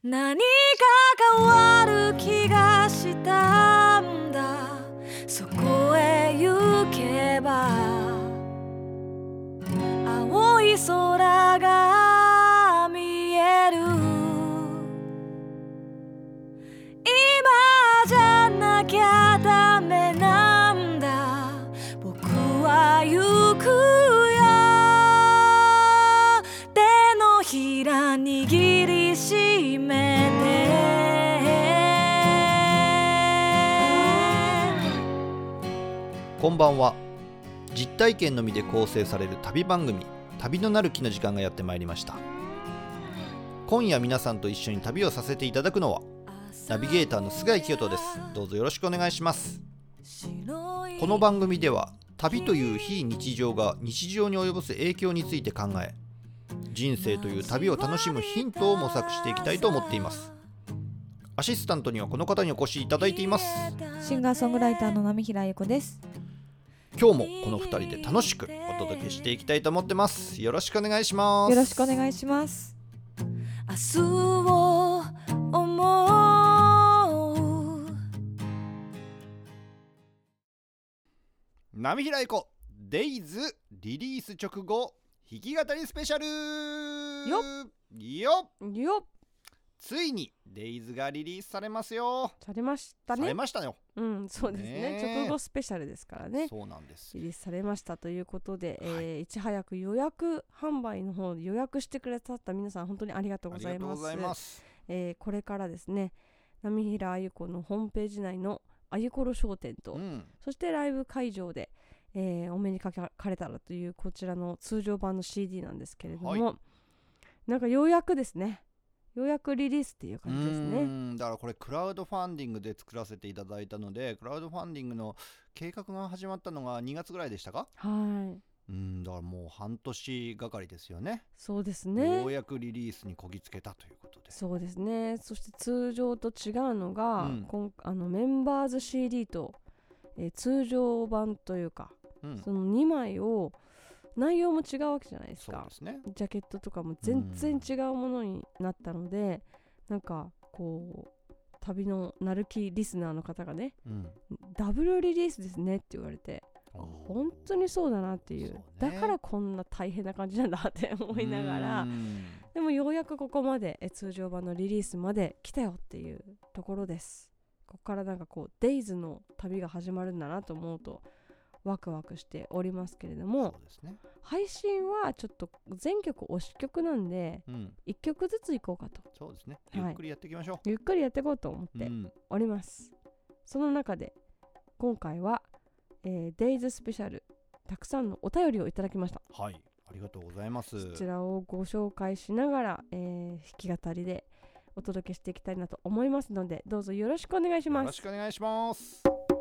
何か変わる気がしたんだ。そこへ行けば青い空が見える。今じゃなきゃダメなんだ。僕は行くよ。手のひら握りしめこんばんは。実体験のみで構成される旅番組、旅のなる木の時間がやってまいりました。今夜皆さんと一緒に旅をさせていただくのはナビゲーターの菅井清人です。どうぞよろしくお願いします。この番組では旅という非日常が日常に及ぼす影響について考え、人生という旅を楽しむヒントを模索していきたいと思っています。アシスタントにはこの方にお越しいただいています。 シンガーソングライターの波平由子です。 今日もこの2人で楽しくお届けしていきたいと思ってます。よろしくお願いします。 よろしくお願いします。 明日を思う。 波平由子デイズリリース直後弾き語りスペシャルよっついにデイズがリリースされますよ。 されましたね。 されましたよ。 そうですね。直後スペシャルですからね。 そうなんです。 リリースされましたということで、いち早く予約販売の方で予約してくださった皆さん本当にありがとうございます。これからですね、波平由子のホームページ内のあゆころ商店と、そしてライブ会場で、お目にかかれたらというこちらの通常版の CD なんですけれども、なんかようやくですね、ようやくリリースっていう感じですね。 だからこれクラウドファンディングで作らせていただいたので、クラウドファンディングの計画が始まったのが2月ぐらいでしたか。だからもう半年がかりですよね。 そうですね。 ようやくリリースにこぎつけたということで。 そうですね。そして通常と違うのが、メンバーズ CD と、通常版というか、その2枚を内容も違うわけじゃないですか。 そうですね。 ジャケットとかも全然違うものになったので、なんかこう旅のなるきリスナーの方がね、ダブルリリースですねって言われて、本当にそうだなっていう、だからこんな大変な感じなんだって思いながら、でもようやくここまで通常版のリリースまで来たよっていうところです。ここからなんかこうデイズの旅が始まるんだなと思うとワクワクしておりますけれども、 そうですね、 配信はちょっと全曲推し曲なんで、1曲ずついこうかと。 そうですね、ゆっくりやっていきましょう。 ゆっくりやっていこうと思っております。その中で今回は、デイズスペシャル、たくさんのお便りをいただきました。 はい、ありがとうございます。 こちらをご紹介しながら、弾き語りでお届けしていきたいなと思いますので、どうぞよろしくお願いします。 よろしくお願いします。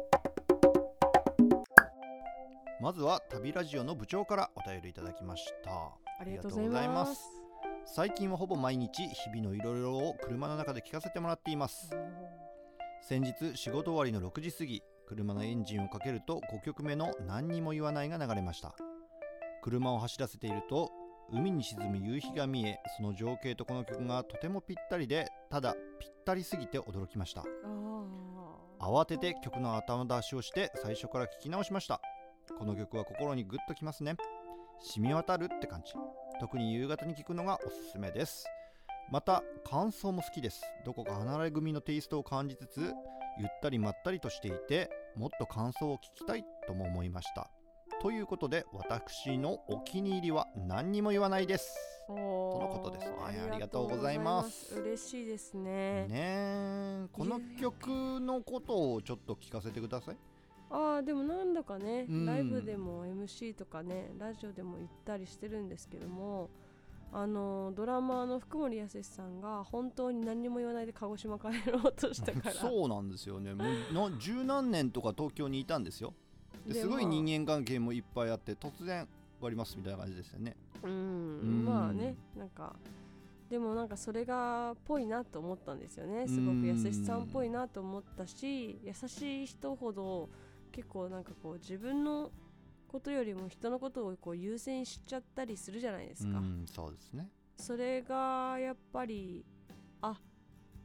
まずは旅ラジオの部長からお便りいただきました。 ありがとうございます。 最近はほぼ毎日日々のいろいろを車の中で聞かせてもらっています。先日仕事終わりの6時過ぎ、車のエンジンをかけると5曲目の何にも言わないが流れました。車を走らせていると海に沈む夕日が見え、その情景とこの曲がとてもぴったりで、ただぴったりすぎて驚きました。慌てて曲の頭出しをして最初から聞き直しました。この曲は心にグッときますね。染み渡るって感じ。特に夕方に聴くのがおすすめです。また感想も好きです。どこか離れ組のテイストを感じつつ、ゆったりまったりとしていて、もっと感想を聞きたいとも思いました。ということで私のお気に入りは何にも言わないです、とのことですね。ありがとうございます。 嬉しいですね。 この曲のことをちょっと聞かせてください。 でもなんだかね、ライブでも MC とかね、ラジオでも言ったりしてるんですけども、ドラマーの福森康さんが本当に何にも言わないで鹿児島帰ろうとしたからそうなんですよね。もう十何年とか東京にいたんですよ。ですごい人間関係もいっぱいあって、突然終わりますみたいな感じですよね。 まあね、なんかでもなんかそれがぽいなと思ったんですよね。すごく優しさんっぽいなと思ったし、優しい人ほど結構なんかこう自分のことよりも人のことをこう優先しちゃったりするじゃないですか。 そうですね。 それがやっぱり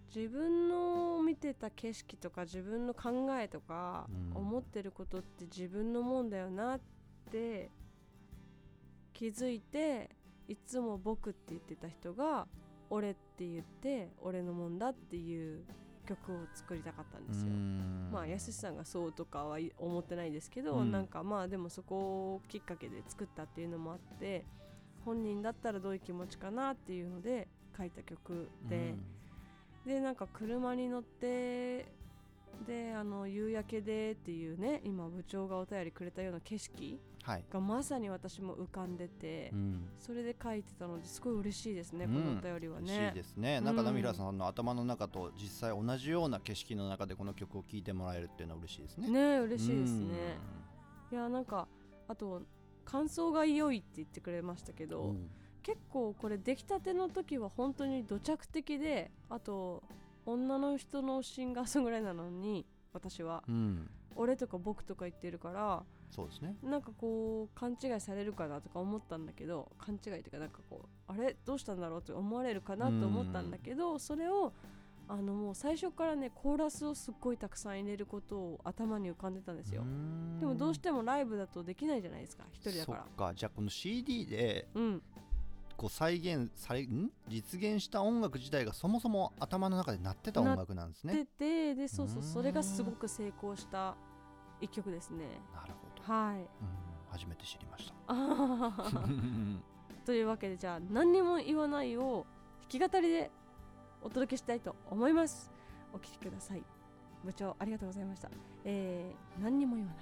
自分の見てた景色とか自分の考えとか、思ってることって自分のもんだよなって気づいて、いつも僕って言ってた人が俺って言って俺のもんだっていう曲を作りたかったんですよ。まあやすしさんがそうとかは思ってないですけど、なんかまあでもそこをきっかけで作ったっていうのもあって、本人だったらどういう気持ちかなっていうので書いた曲で、でなんか車に乗ってで夕焼けでっていうね、今部長がお便りくれたような景色がまさに私も浮かんでて、それで書いてたのですごい嬉しいですね、このお便りはね。 嬉しいですね。なんかナミラさんの頭の中と実際同じような景色の中でこの曲を聴いてもらえるっていうのは嬉しいですね。 ね、嬉しいですね。いやなんかあと感想が良いって言ってくれましたけど、結構これ出来たての時は本当に土着的で、あと女の人のシンガーソングライターなのに私は、俺とか僕とか言ってるから、 そうですね、 なんかこう勘違いされるかなとか思ったんだけど、勘違いというかなんかこうあれどうしたんだろうって思われるかなと思ったんだけど、それをもう最初からねコーラスをすっごいたくさん入れることを頭に浮かんでたんですよ。でもどうしてもライブだとできないじゃないですか、一人だから。 そっか、じゃあこの CD で、こう再現され実現した音楽自体がそもそも頭の中で鳴ってた音楽なんですね。 鳴ってて、でそうそう、それがすごく成功した一曲ですね。 なるほど、 はい、 初めて知りました。 というわけで、じゃあ何にも言わないを弾き語りでお届けしたいと思います。お聴きください。部長ありがとうございました。何にも言わない。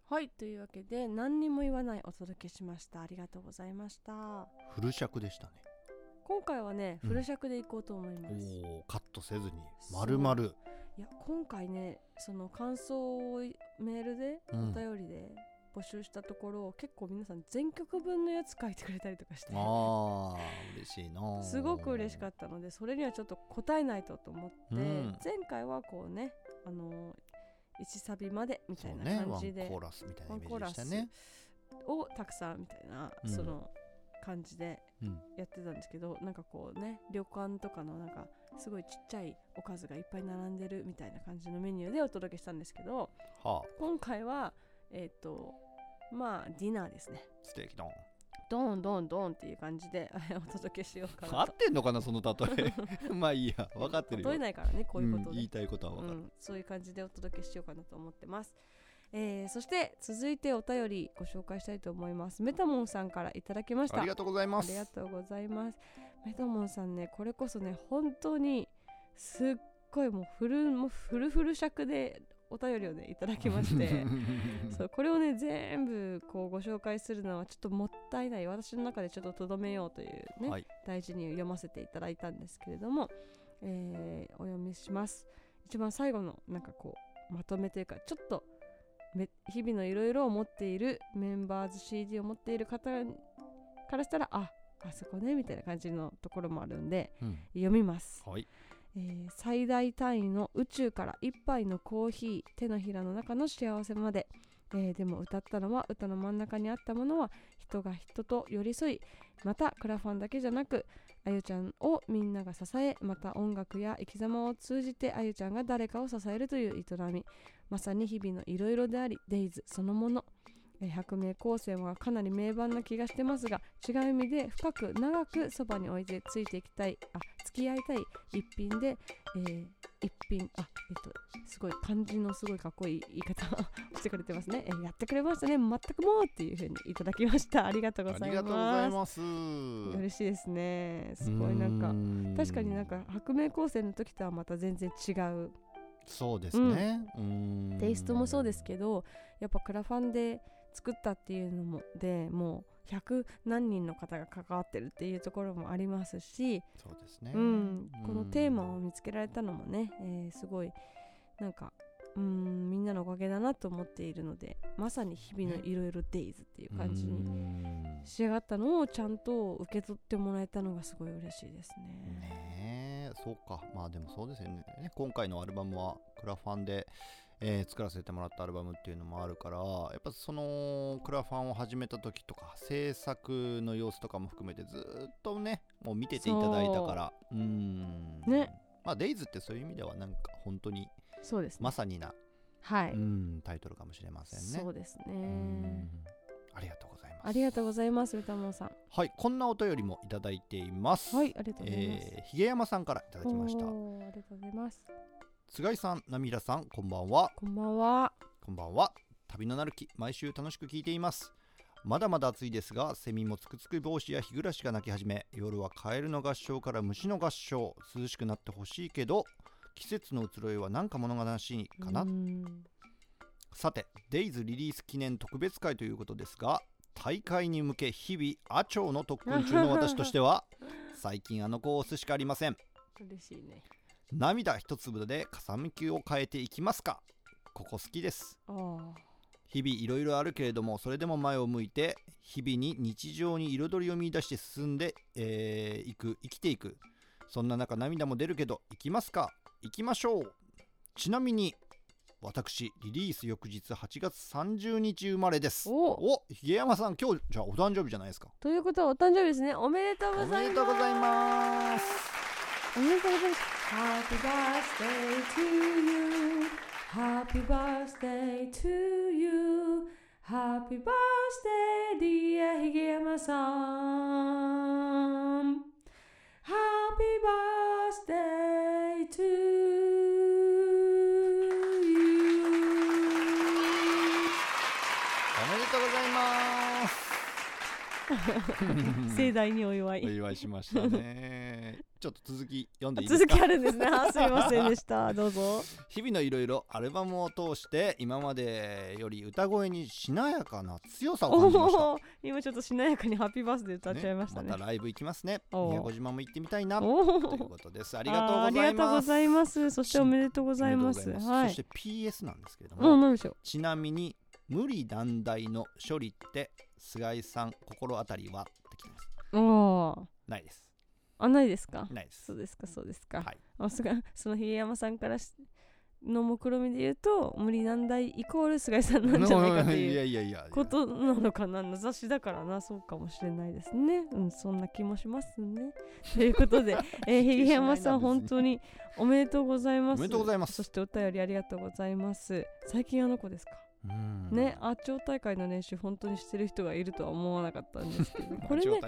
はい、というわけで何にも言わないお届けしました。ありがとうございました。 フル尺でしたね。 今回はね、フル尺でいこうと思います。 おー、カットせずに丸々。 いや、今回ね、その感想をメールでお便りで募集したところ、結構皆さん全曲分のやつ書いてくれたりとかして、 嬉しいな。 すごく嬉しかったので、それにはちょっと答えないとと思って、前回はこうね、1サビまでみたいな感じで、 ワンコーラスみたいなイメージでしたね。 をたくさんみたいな、その感じでやってたんですけど、なんかこうね、旅館とかのなんかすごいちっちゃいおかずがいっぱい並んでるみたいな感じのメニューでお届けしたんですけど、今回はまあディナーですね。 ステーキドンドンドンドンっていう感じでお届けしようかなと。 合ってんのかなその例えまあいいや、分かってるよ。 例えないからね、こういうことで、 言いたいことは分かる、 そういう感じでお届けしようかなと思ってます。そして続いてお便りご紹介したいと思います。メタモンさんからいただきました。 ありがとうございます。 ありがとうございます。メタモンさんね、これこそね、本当にすっごいもうフル尺でお便りをねいただきましてそう、これをね全部こうご紹介するのはちょっともったいない。私の中でちょっととどめようというね、大事に読ませていただいたんですけれども、お読みします。一番最後のなんかこうまとめというか、ちょっと日々のいろいろを持っているメンバーズ CD を持っている方からしたら、あそこねみたいな感じのところもあるんで、読みます。最大単位の宇宙から一杯のコーヒー、手のひらの中の幸せまで、でも歌ったのは歌の真ん中にあったものは人が人と寄り添い、またクラファンだけじゃなくあゆちゃんをみんなが支え、また音楽や生き様を通じてあゆちゃんが誰かを支えるという営み、まさに日々のいろいろでありデイズそのもの。百名光線はかなり名盤な気がしてますが、違う意味で深く長くそばに置いてついていきたい、付き合いたい一品で、一品すごい漢字のすごいかっこいい言い方をしてくれてますね。やってくれましたね、全くもうっていう風にいただきました。ありがとうございます。 ありがとうございます。 嬉しいですね。すごいなんか確かになんか白明光線の時とはまた全然違う。 そうですね、 テイストもそうですけど、やっぱクラファンで作ったっていうのもでもう100何人の方が関わってるっていうところもありますし、 そうですね、 このテーマを見つけられたのもね、すごいなんかみんなのおかげだなと思っているので、まさに日々のいろいろデイズっていう感じに仕上がったのをちゃんと受け取ってもらえたのがすごい嬉しいですね。 そうか、まあでもそうですよね。今回のアルバムはクラファンで作らせてもらったアルバムっていうのもあるから、やっぱそのクラファンを始めた時とか制作の様子とかも含めてずっとねもう見てていただいたから、ね、まあデイズってそういう意味ではなんか本当にそうですね、 まさにな、 はい、 タイトルかもしれませんね。 そうですね。 ありがとうございます。 ありがとうございます、歌もさん。 はい、こんなお便りもいただいています。 はい、ありがとうございます。 ひげやまさんからいただきました。 ありがとうございます。 菅井さん、なみらさん、こんばんは。 こんばんは。 こんばんは。旅のなる木、毎週楽しく聞いています。まだまだ暑いですが、セミもつくつく帽子や日暮らしが鳴き始め、夜はカエルの合唱から虫の合唱、涼しくなってほしいけど季節の移ろいはなんか物悲しいかな。さて、デイズリリース記念特別会ということですが、大会に向け日々アチョウの特訓中の私としては最近あの子を押すしかありません。 嬉しいね。 涙一粒で風向きを変えていきますか。ここ好きです。日々いろいろあるけれども、それでも前を向いて日々に日常に彩りを見出して進んで生きていく。そんな中涙も出るけど行きますか。行きましょう。ちなみに私リリース翌日8月30日生まれです。ひげやまさん、今日じゃあお誕生日じゃないですか。 ということはお誕生日ですね。おめでとうございます。 おめでとうございます。 おめでとうございます。Happy birthday to you Happy birthday to you Happy birthday dear ひげやまさん Happy birthday to you。 おめでとうございます。 盛大にお祝おい祝いしましたね。ちょっと続き読んでいいですか。 続きあるんですね。すいませんでした。どうぞ。 日々のいろいろアルバムを通して今までより歌声にしなやかな強さを感じました。 今ちょっとしなやかにハッピーバースデー歌っちゃいましたね。 またライブ行きますね。宮古島も行ってみたいなということです。ありがとうございます。 ありがとうございます。そしておめでとうございます。はい。 そして PS なんですけれども、 何でしょう。 ちなみに無理難題の処理って菅井さん心当たりはってきてます。ないです。 ないですか。 ないです。 そうですか、そうですか。 はい。 そのひげ山さんからの目論みで言うと、無理難題イコール菅井さんなんじゃないかということなのかな。名指しだからな、そうかもしれないですね。そんな気もしますね。ということで、ひげ山さん本当におめでとうございます。 おめでとうございます。 そしてお便りありがとうございます。最近あの子ですか。ね、町大会の練習本当にしてる人がいるとは思わなかったんですけど、これね、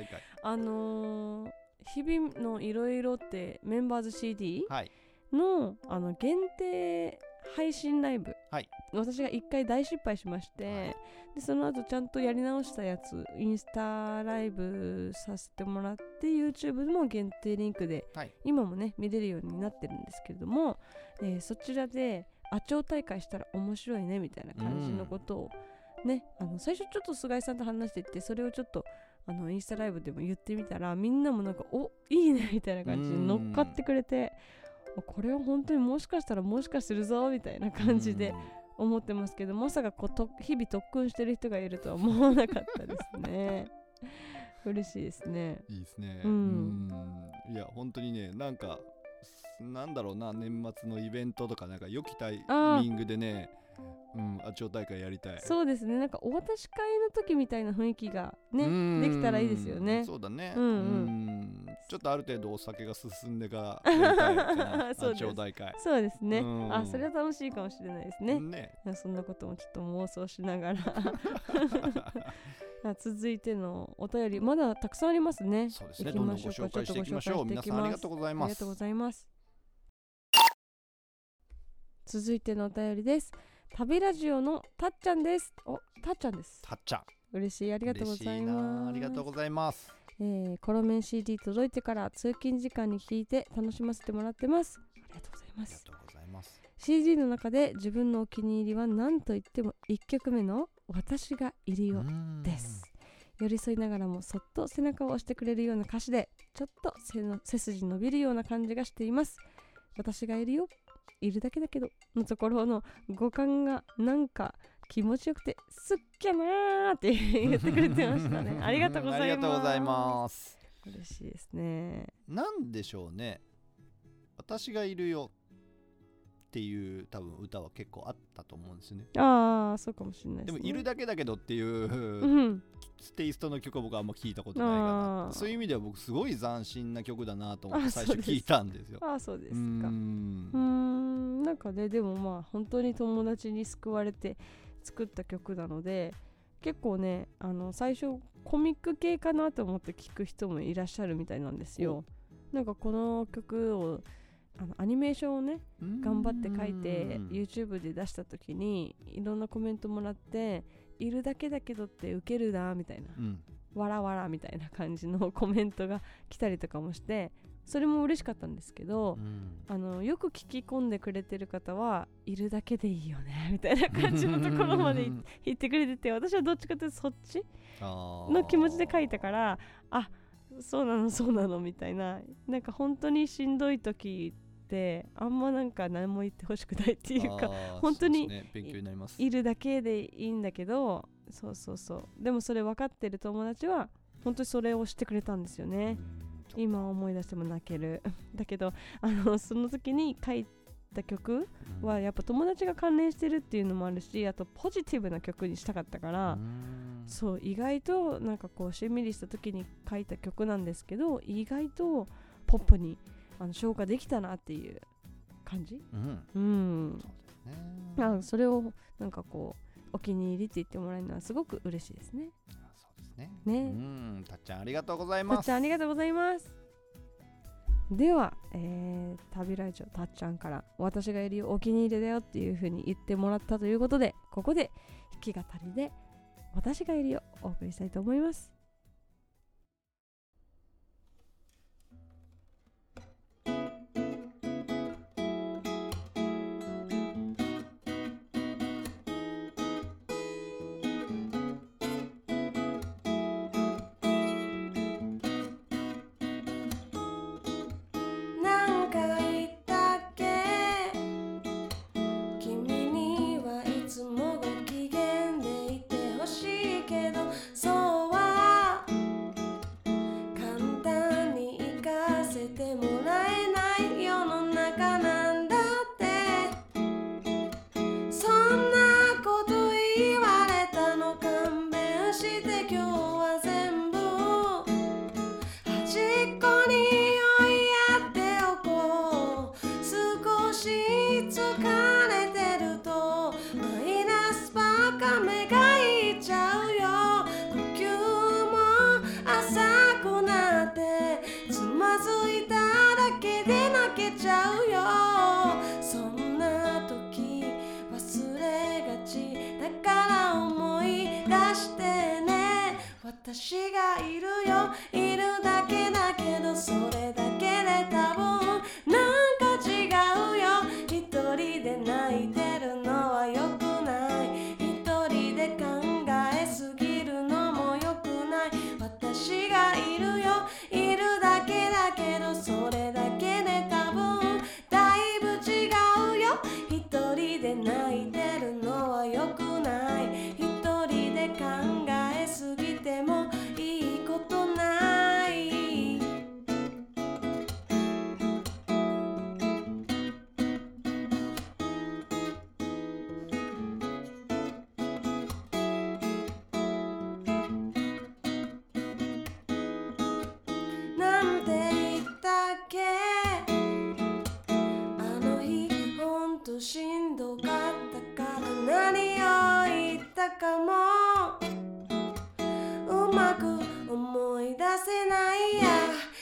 日々のいろいろってメンバーズ CD の、限定配信ライブ、私が1回大失敗しまして、でその後ちゃんとやり直したやつインスタライブさせてもらって YouTube も限定リンクで、今もね見れるようになってるんですけれども、そちらで町大会したら面白いねみたいな感じのことをね、最初ちょっと菅井さんと話していて、それをちょっとインスタライブでも言ってみたら、みんなもなんかいいねみたいな感じで乗っかってくれて、これは本当にもしかしたらもしかするぞみたいな感じで思ってますけど、まさか日々特訓してる人がいるとは思わなかったですね。嬉しいですね。 いいですね。いや本当にね、なんだろうな、年末のイベントとか良きタイミングでね、町大会やりたい。そうですね。お渡し会の時みたいな雰囲気がねできたらいいですよね。 そうだね。ちょっとある程度お酒が進んでからやりたいかな。町大会。そうですね。それは楽しいかもしれないですね。そんなこともちょっと妄想しながら続いてのお便りまだたくさんありますね。 そうですね。どんどんご紹介していきましょう。皆さんありがとうございます。 ありがとうございます。続いてのお便りです。旅ラジオのたっちゃんです。たっちゃんです。 たっちゃん。 嬉しい、ありがとうございます。 ありがとうございます。 コロメン CD 届いてから通勤時間に聴いて楽しませてもらってます。ありがとうございます。 ありがとうございます。 CD の中で自分のお気に入りは何と言っても1曲目の私がいるよです。寄り添いながらもそっと背中を押してくれるような歌詞で、ちょっと背筋伸びるような感じがしています。私がいるよ、いるだけだけどのところの語感がなんか気持ちよくてすっきゃなーって言ってくれてましたね。ありがとうございます。 ありがとうございます。 嬉しいですね。 なんでしょうね、私がいるよっていう多分歌は結構あったと思うんですよね。 そうかもしれないですね。 でもいるだけだけどっていうテイストの曲は僕はあんま聞いたことないかな。そういう意味では僕すごい斬新な曲だなと思って最初聞いたんですよ。 そうですか。なんかね、でも本当に友達に救われて作った曲なので、結構ね最初コミック系かなと思って聞く人もいらっしゃるみたいなんですよ。この曲をアニメーションをね頑張って書いて YouTube で出した時にいろんなコメントもらって、いるだけだけどってウケるなみたいな、わらわらみたいな感じのコメントが来たりとかもして、それも嬉しかったんですけど、よく聞き込んでくれてる方はいるだけでいいよねみたいな感じのところまで言ってくれてて、私はどっちかというとそっちの気持ちで書いたから、そうなのみたいな、本当にしんどい時ってあんま何も言ってほしくないっていうか、本当にいるだけでいいんだけど、でもそれ分かってる友達は本当にそれをしてくれたんですよね。今思い出しても泣けるだけどその時に書いた曲はやっぱ友達が関連してるっていうのもあるし、あとポジティブな曲にしたかったから、意外としんみりした時に書いた曲なんですけど、意外とポップに消化できたなっていう感じ。それをお気に入りって言ってもらえるのはすごく嬉しいですね。 たっちゃんありがとうございます。 たっちゃんありがとうございます。では、旅ラジオたっちゃんから私がいるよお気に入りだよっていう風に言ってもらったということで、ここで弾き語りで私がいるよお送りしたいと思います。 私がいるよ、いるだけだけどそれだけで多分なんか違うよ。一人で泣いてるのは良くない、一人で考えすぎるのも良くない。私がいるよ、いるだけだけどそれだけで多分だいぶ違うよ。一人で泣いてるのは良くない、一人で考えすぎてもいいことない。なんて言ったっけ、あの日ほんとしんどかったから何を言ったかもうまく思い出せないや。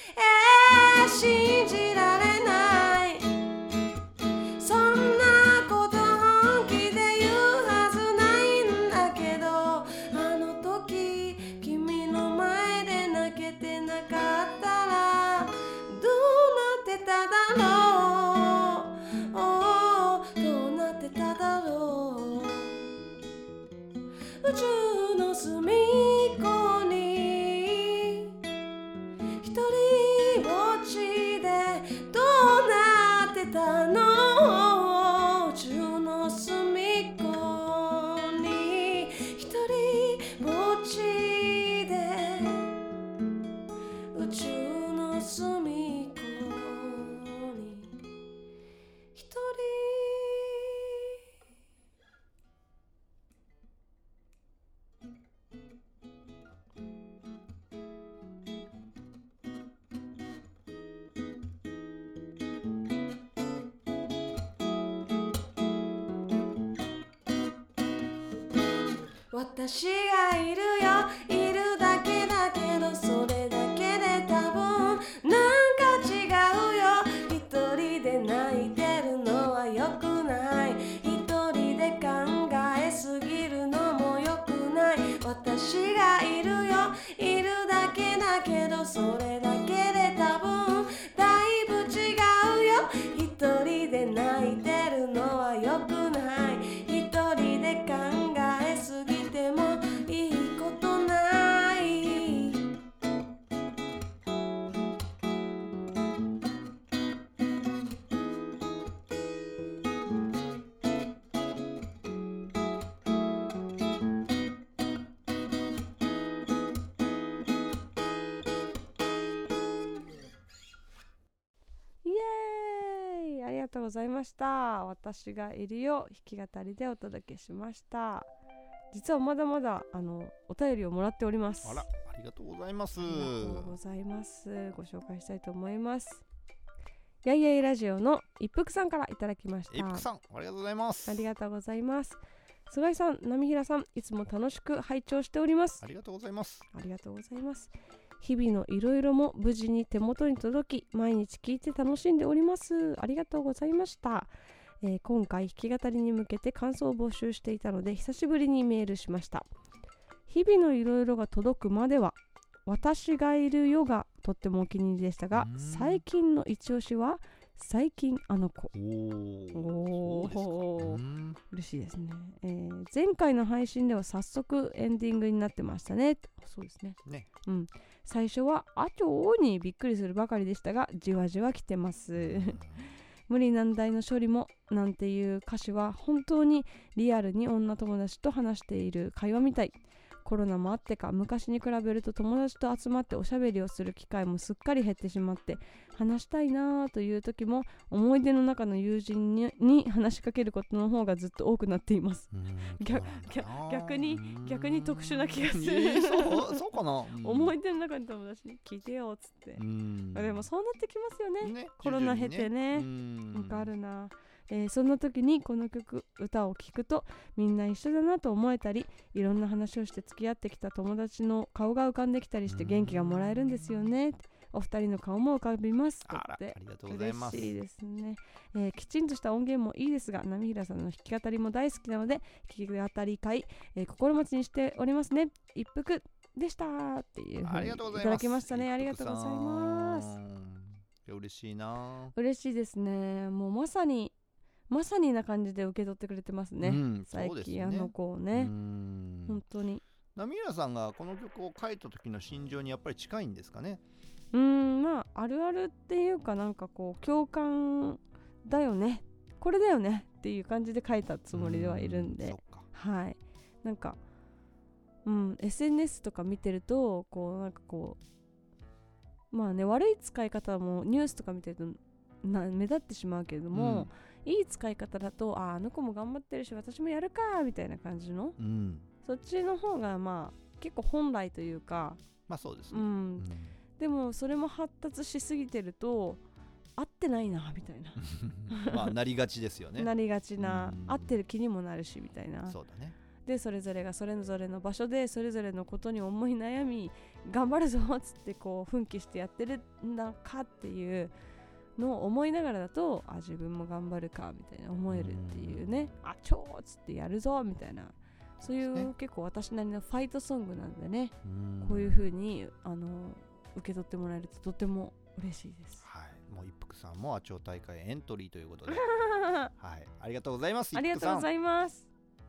信じられない、そんなこと本気で言うはずないんだけど、あの時君の前で泣けてなかったらどうなってただろう、どうなってただろう。宇宙の隅っこに一人ぼっちでどうなってたの。宇宙の隅っこに一人ぼっちで、宇宙の隅っこに一人。私がいるよ、いるだけだけどそれだけで多分なんか違うよ。一人で泣いてるのは良くない、一人で考えすぎるのも良くない。私がいるよ、いるだけだけどそれだけで多分だいぶ違うよ。一人で泣いてるのは良くない、一人で考えすぎてもいいことない。 イエーイ、ありがとうございました。私がいるよ、弾き語りでお届けしました。実はまだまだお便りをもらっております。 あら、ありがとうございます。 ありがとうございます。ご紹介したいと思います。やいやいラジオの一服さんからいただきました。 一服さん、ありがとうございます。 ありがとうございます。菅井さん、波平さん、いつも楽しく拝聴しております。 ありがとうございます。 ありがとうございます。日々のいろいろも無事に手元に届き、毎日聞いて楽しんでおります。ありがとうございました。今回弾き語りに向けて感想を募集していたので久しぶりにメールしました。日々のいろいろが届くまでは私がいるよがとってもお気に入りでしたが、最近の一押しは最近あの子。嬉しいですね。前回の配信では早速エンディングになってましたね。そうですね。最初はあちょーにびっくりするばかりでしたが、じわじわ来てます無理難題の処理もなんていう歌詞は本当にリアルに女友達と話している会話みたい。コロナもあってか昔に比べると友達と集まっておしゃべりをする機会もすっかり減ってしまって、話したいなという時も思い出の中の友人に話しかけることの方がずっと多くなっています。逆に特殊な気がするそうかな、 思い出の中の友達に聞いてよっつって。でもそうなってきますよね、コロナ経てね。わかるな。そんな時にこの歌を聴くとみんな一緒だなと思えたり、いろんな話をして付き合ってきた友達の顔が浮かんできたりして元気がもらえるんですよね。お二人の顔も浮かびます。 ありがとうございます。 嬉しいですね。きちんとした音源もいいですが、波平さんの弾き語りも大好きなので弾き語り会、心待ちにしておりますね。一服でしたっていうふうにいありがとうございます。 ただきましたね。ありがとうございます。 いや嬉しいな。 嬉しいですね。もうまさにな感じで受け取ってくれてますね、 うん、 最そうですね。 近あの子をね、本当にナミラさんがこの曲を書いた時の心情にやっぱり近いんですかね。 まああるあるっていうか、なんかこう共感だよね、これだよねっていう感じで書いたつもりではいるんで、 そっか。 はい、なんかSNS とか見てるとこうなんかこうまあね、悪い使い方もニュースとか見てると目立ってしまうけれども、いい使い方だとあの子も頑張ってるし私もやるかみたいな感じの、そっちの方がまあ結構本来というか、 まあそうですね。 でもそれも発達しすぎてると合ってないなみたいなまあなりがちですよね。 なりがちな、合ってる気にもなるしみたいな。 そうだね。 でそれぞれがそれぞれの場所でそれぞれのことに思い悩み頑張るぞっつってこう奮起してやってるんだかっていうのを思いながらだと、自分も頑張るかみたいな思えるっていうね、超っつってやるぞみたいな、そういう結構私なりのファイトソングなんでね、こういう風に受け取ってもらえるととても嬉しいです。 はい、もう一服さんもアチョ大会エントリーということではい、ありがとうございます。 ありがとうございます。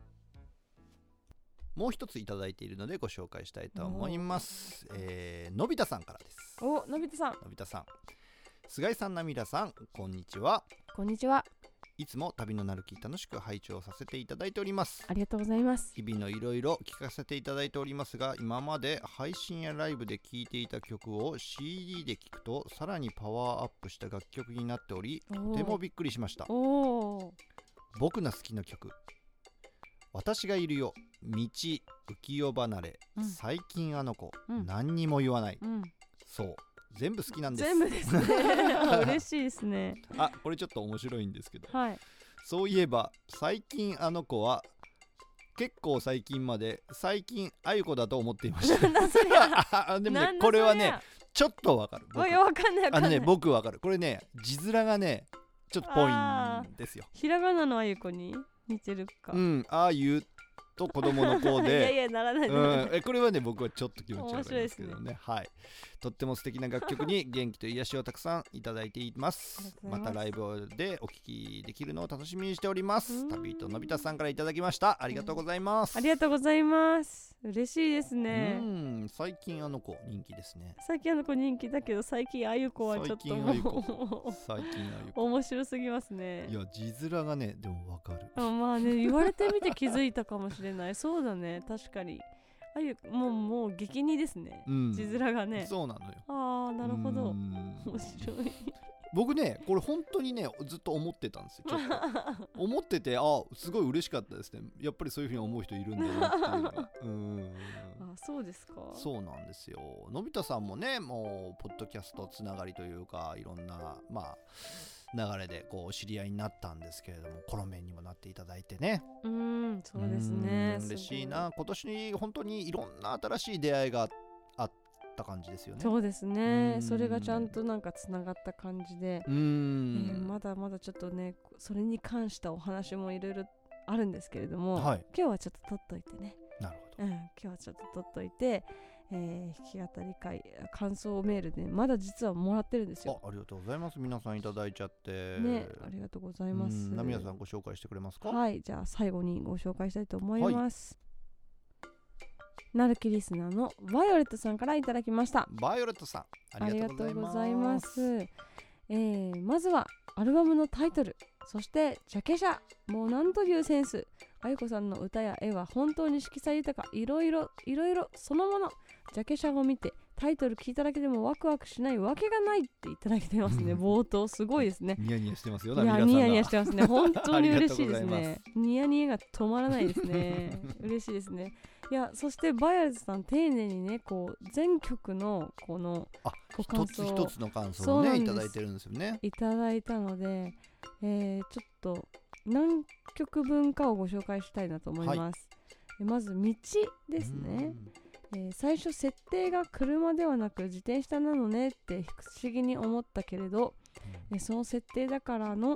もう一ついただいているのでご紹介したいと思います。のび太さんからです。 のび太さん。 のび太さん、菅井さん、なみらさん、こんにちは。 こんにちは。 いつも旅のなるき楽しく拝聴させていただいております。 ありがとうございます。 日々のいろいろ聞かせていただいておりますが、今まで配信やライブで聴いていた曲を CD で聴くとさらにパワーアップした楽曲になっており、とてもびっくりしました。僕の好きな曲、私がいるよ、道、浮世離れ、最近あの子、何にも言わない、そう全部好きなんです。 全部ですね嬉しいですね。 これちょっと面白いんですけど、 そういえば最近あの子は結構最近まで最近あゆこだと思っていましたでもね、これはねちょっとわかる。 わかんない僕わかる。これね、字面がねちょっとぽいんですよ。 ひらがなのあゆこに似てるか。 あゆと子供の子でいやならないこれはね僕はちょっと気持ち悪いですけどね。はい、とっても素敵な楽曲に元気と癒しをたくさんいただいています。またライブでお聴きできるのを楽しみにしております。旅人のび太さんからいただきました。ありがとうございます。 ありがとうございます。嬉しいですね。 最近あの子人気ですね。 最近あの子人気だけど、最近あゆこはちょっと最近あゆこ面白すぎますね。 いや字面がねでもわかる。 まあね、言われてみて気づいたかもしれないそうだね、確かにあゆもう激似ですね、字面がね。 そうなのよ。 なるほど、面白い。 僕ねこれ本当にねずっと思ってたんですよ。ちょっと思っててすごい嬉しかったですね。やっぱりそういうふうに思う人いるんだなっていうのがそうですか。 そうなんですよ。のび太さんもね、もうポッドキャストつながりというかいろんな流れでこう知り合いになったんですけれども、コロメンにもなっていただいてね。 そうですね。 嬉しいな。今年本当にいろんな新しい出会いがあった感じですよね。 そうですね。それがちゃんとなんかつながった感じで、まだまだちょっとねそれに関したお話もいろいろあるんですけれども、今日はちょっと取っといてね。 なるほど。 今日はちょっと取っといて、弾き語り会感想メールでまだ実はもらってるんですよ。 ありがとうございます。皆さんいただいちゃってね、ありがとうございます。 なみやさんご紹介してくれますか。 はい、じゃあ最後にご紹介したいと思います。なるきリスナーのバイオレットさんからいただきました。 バイオレットさんありがとうございます。 まずはアルバムのタイトル、そしてジャケ写、もうなんというセンス。あゆこさんの歌や絵は本当に色彩豊か、いろいろそのもの。ジャケ写を見てタイトル聞いただけでもワクワクしないわけがないっていただいてますね。冒頭すごいですね。 ニヤニヤしてますよ。 ニヤニヤしてますね。本当に嬉しいですね。ニヤニヤが止まらないですね。嬉しいですね。いや、そしてバイオレットさん丁寧にねこう全曲のこの一つ一つの感想をねいただいてるんですよね。 いただいたので、ちょっと何曲分かをご紹介したいなと思います。まず道ですね。最初設定が車ではなく自転車なのねって不思議に思ったけれど、その設定だからの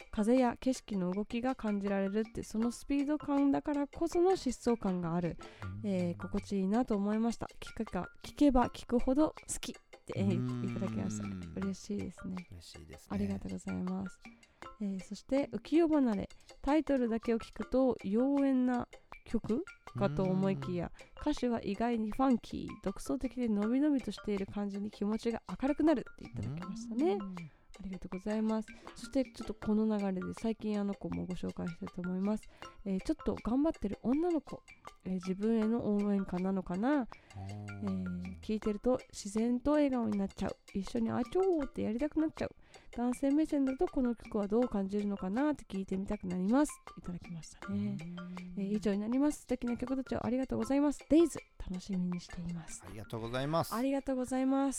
風や景色の動きが感じられるって、そのスピード感だからこその疾走感がある、心地いいなと思いました。聞けば聞くほど好きって、いただきました。嬉しいですね。 嬉しいですね。 ありがとうございます。そして浮世離れ、タイトルだけを聞くと妖艶な曲かと思いきや、歌詞は意外にファンキー、独創的でのびのびとしている感じに気持ちが明るくなるっていただきましたね。ありがとうございます。そしてちょっとこの流れで最近あの子もご紹介したいと思います。ちょっと頑張ってる女の子、自分への応援歌なのかな、聞いてると自然と笑顔になっちゃう。一緒にあちょーってやりたくなっちゃう。男性目線だとこの曲はどう感じるのかなって聞いてみたくなります。いただきましたね。以上になります。素敵な曲たちをありがとうございます。デイズ楽しみにしています。 ありがとうございます。 ありがとうございます。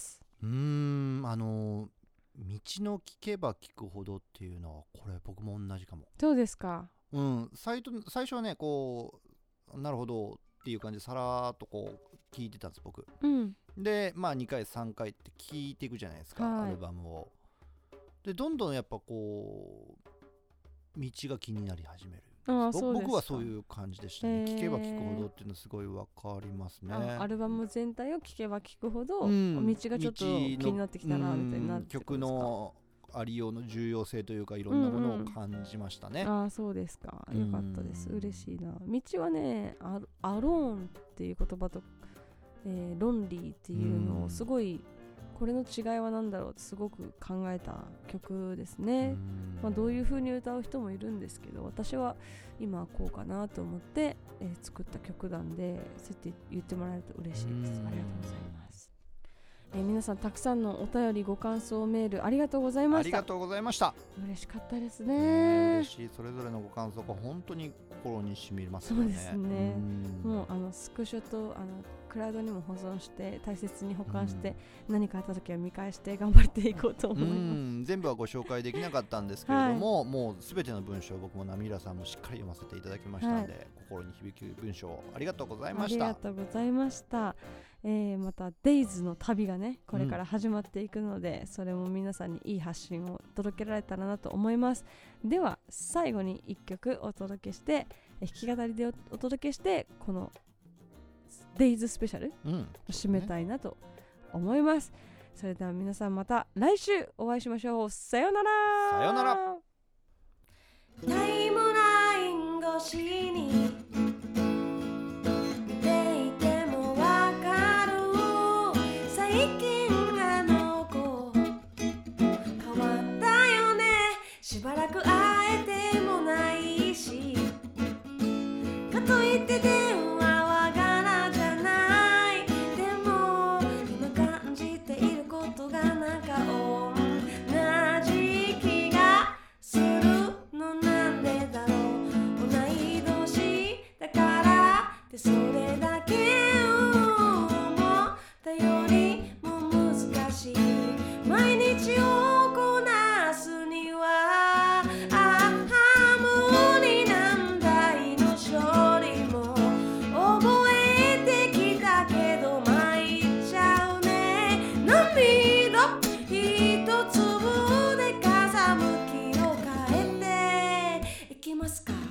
道の聞けば聞くほどっていうのはこれ僕も同じかも。 どうですか？ 最初はねこうなるほどっていう感じでさらーっとこう聞いてたんです僕、で2回3回って聞いていくじゃないですか、アルバムを。でどんどんやっぱこう道が気になり始める。僕はそういう感じでしたね。聞けば聞くほどっていうのすごい分かりますね。 アルバム全体を聞けば聞くほど、道がちょっと気になってきたなみたいになってくるんですか？曲のありようの重要性というかいろんなものを感じましたね。 そうですか。よかったです。嬉しいな。道はね、アローンっていう言葉と、ロンリーっていうのをすごい、これの違いは何だろうってすごく考えた曲ですね。どういう風に歌う人もいるんですけど、私は今はこうかなと思って、作った曲なんで、そうやって言ってもらえると嬉しいです。ありがとうございます。皆さんたくさんのお便りご感想メールありがとうございました。 ありがとうございました。 嬉しかったですね。 嬉しい。それぞれのご感想が本当に心に染みますよね。 そうですね。もうスクショとクラウドにも保存して大切に保管して、何かあった時は見返して頑張っていこうと思います。 全部はご紹介できなかったんですけれども、もうすべての文章を僕もナミラさんもしっかり読ませていただきましたので、心に響く文章をありがとうございました。 ありがとうございました。またデイズの旅がねこれから始まっていくので、それも皆さんにいい発信を届けられたらなと思います。では最後に1曲お届けして、弾き語りでお届けして、このデイズスペシャル、締めたいなと思います。それでは皆さんまた来週お会いしましょう。さよなら。 さよなら。 タイムライン越しに見ていてもわかる、最近あの子変わったよね。しばらく会えてもないし、かといって電話はガラじゃない。でも今感じていることがなんか同じ気がするの。なんでだろう。同い年だからってそれだけ思ったよりも難しい毎日をこなすには、無理なんだいの処理も覚えてきたけど参っちゃうね。涙一粒で風向きを変えていきますか。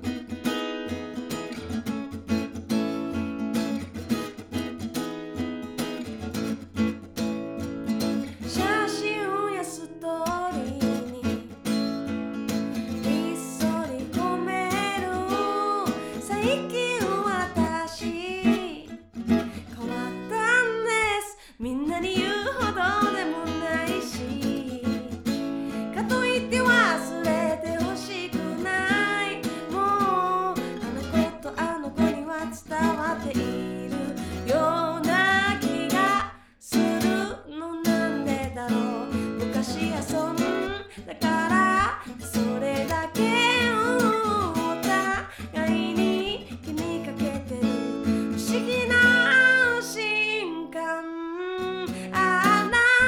写真やストーリーにひっそり込める、最近私変わったんです。みんなに言うほどでもないし、かといって忘れてほしくない。もうあの子とあの子には伝わっているような気がするの。なんでだろう。昔遊んだからそれだけお互いに気にかけてる不思議な安心感。あな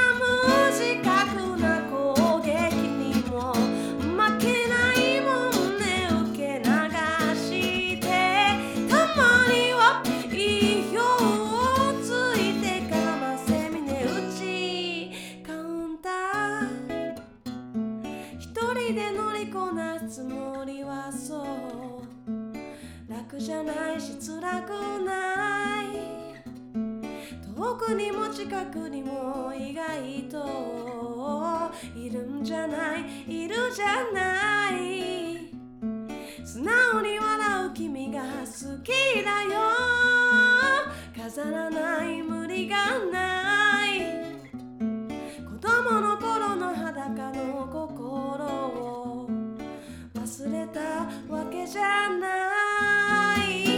じゃないし辛くない、遠くにも近くにも意外といるんじゃない、いるじゃない、素直に笑う君が好きだよ、飾らない無理がない、子供の頃の裸の心を忘れたわけじゃない、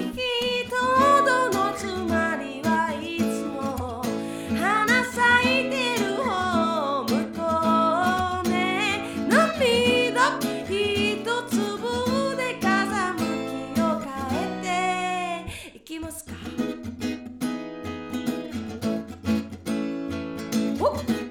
人とのつまりはいつも花咲いてる方向こうね、涙一粒で風向きを変えていきますか。おっ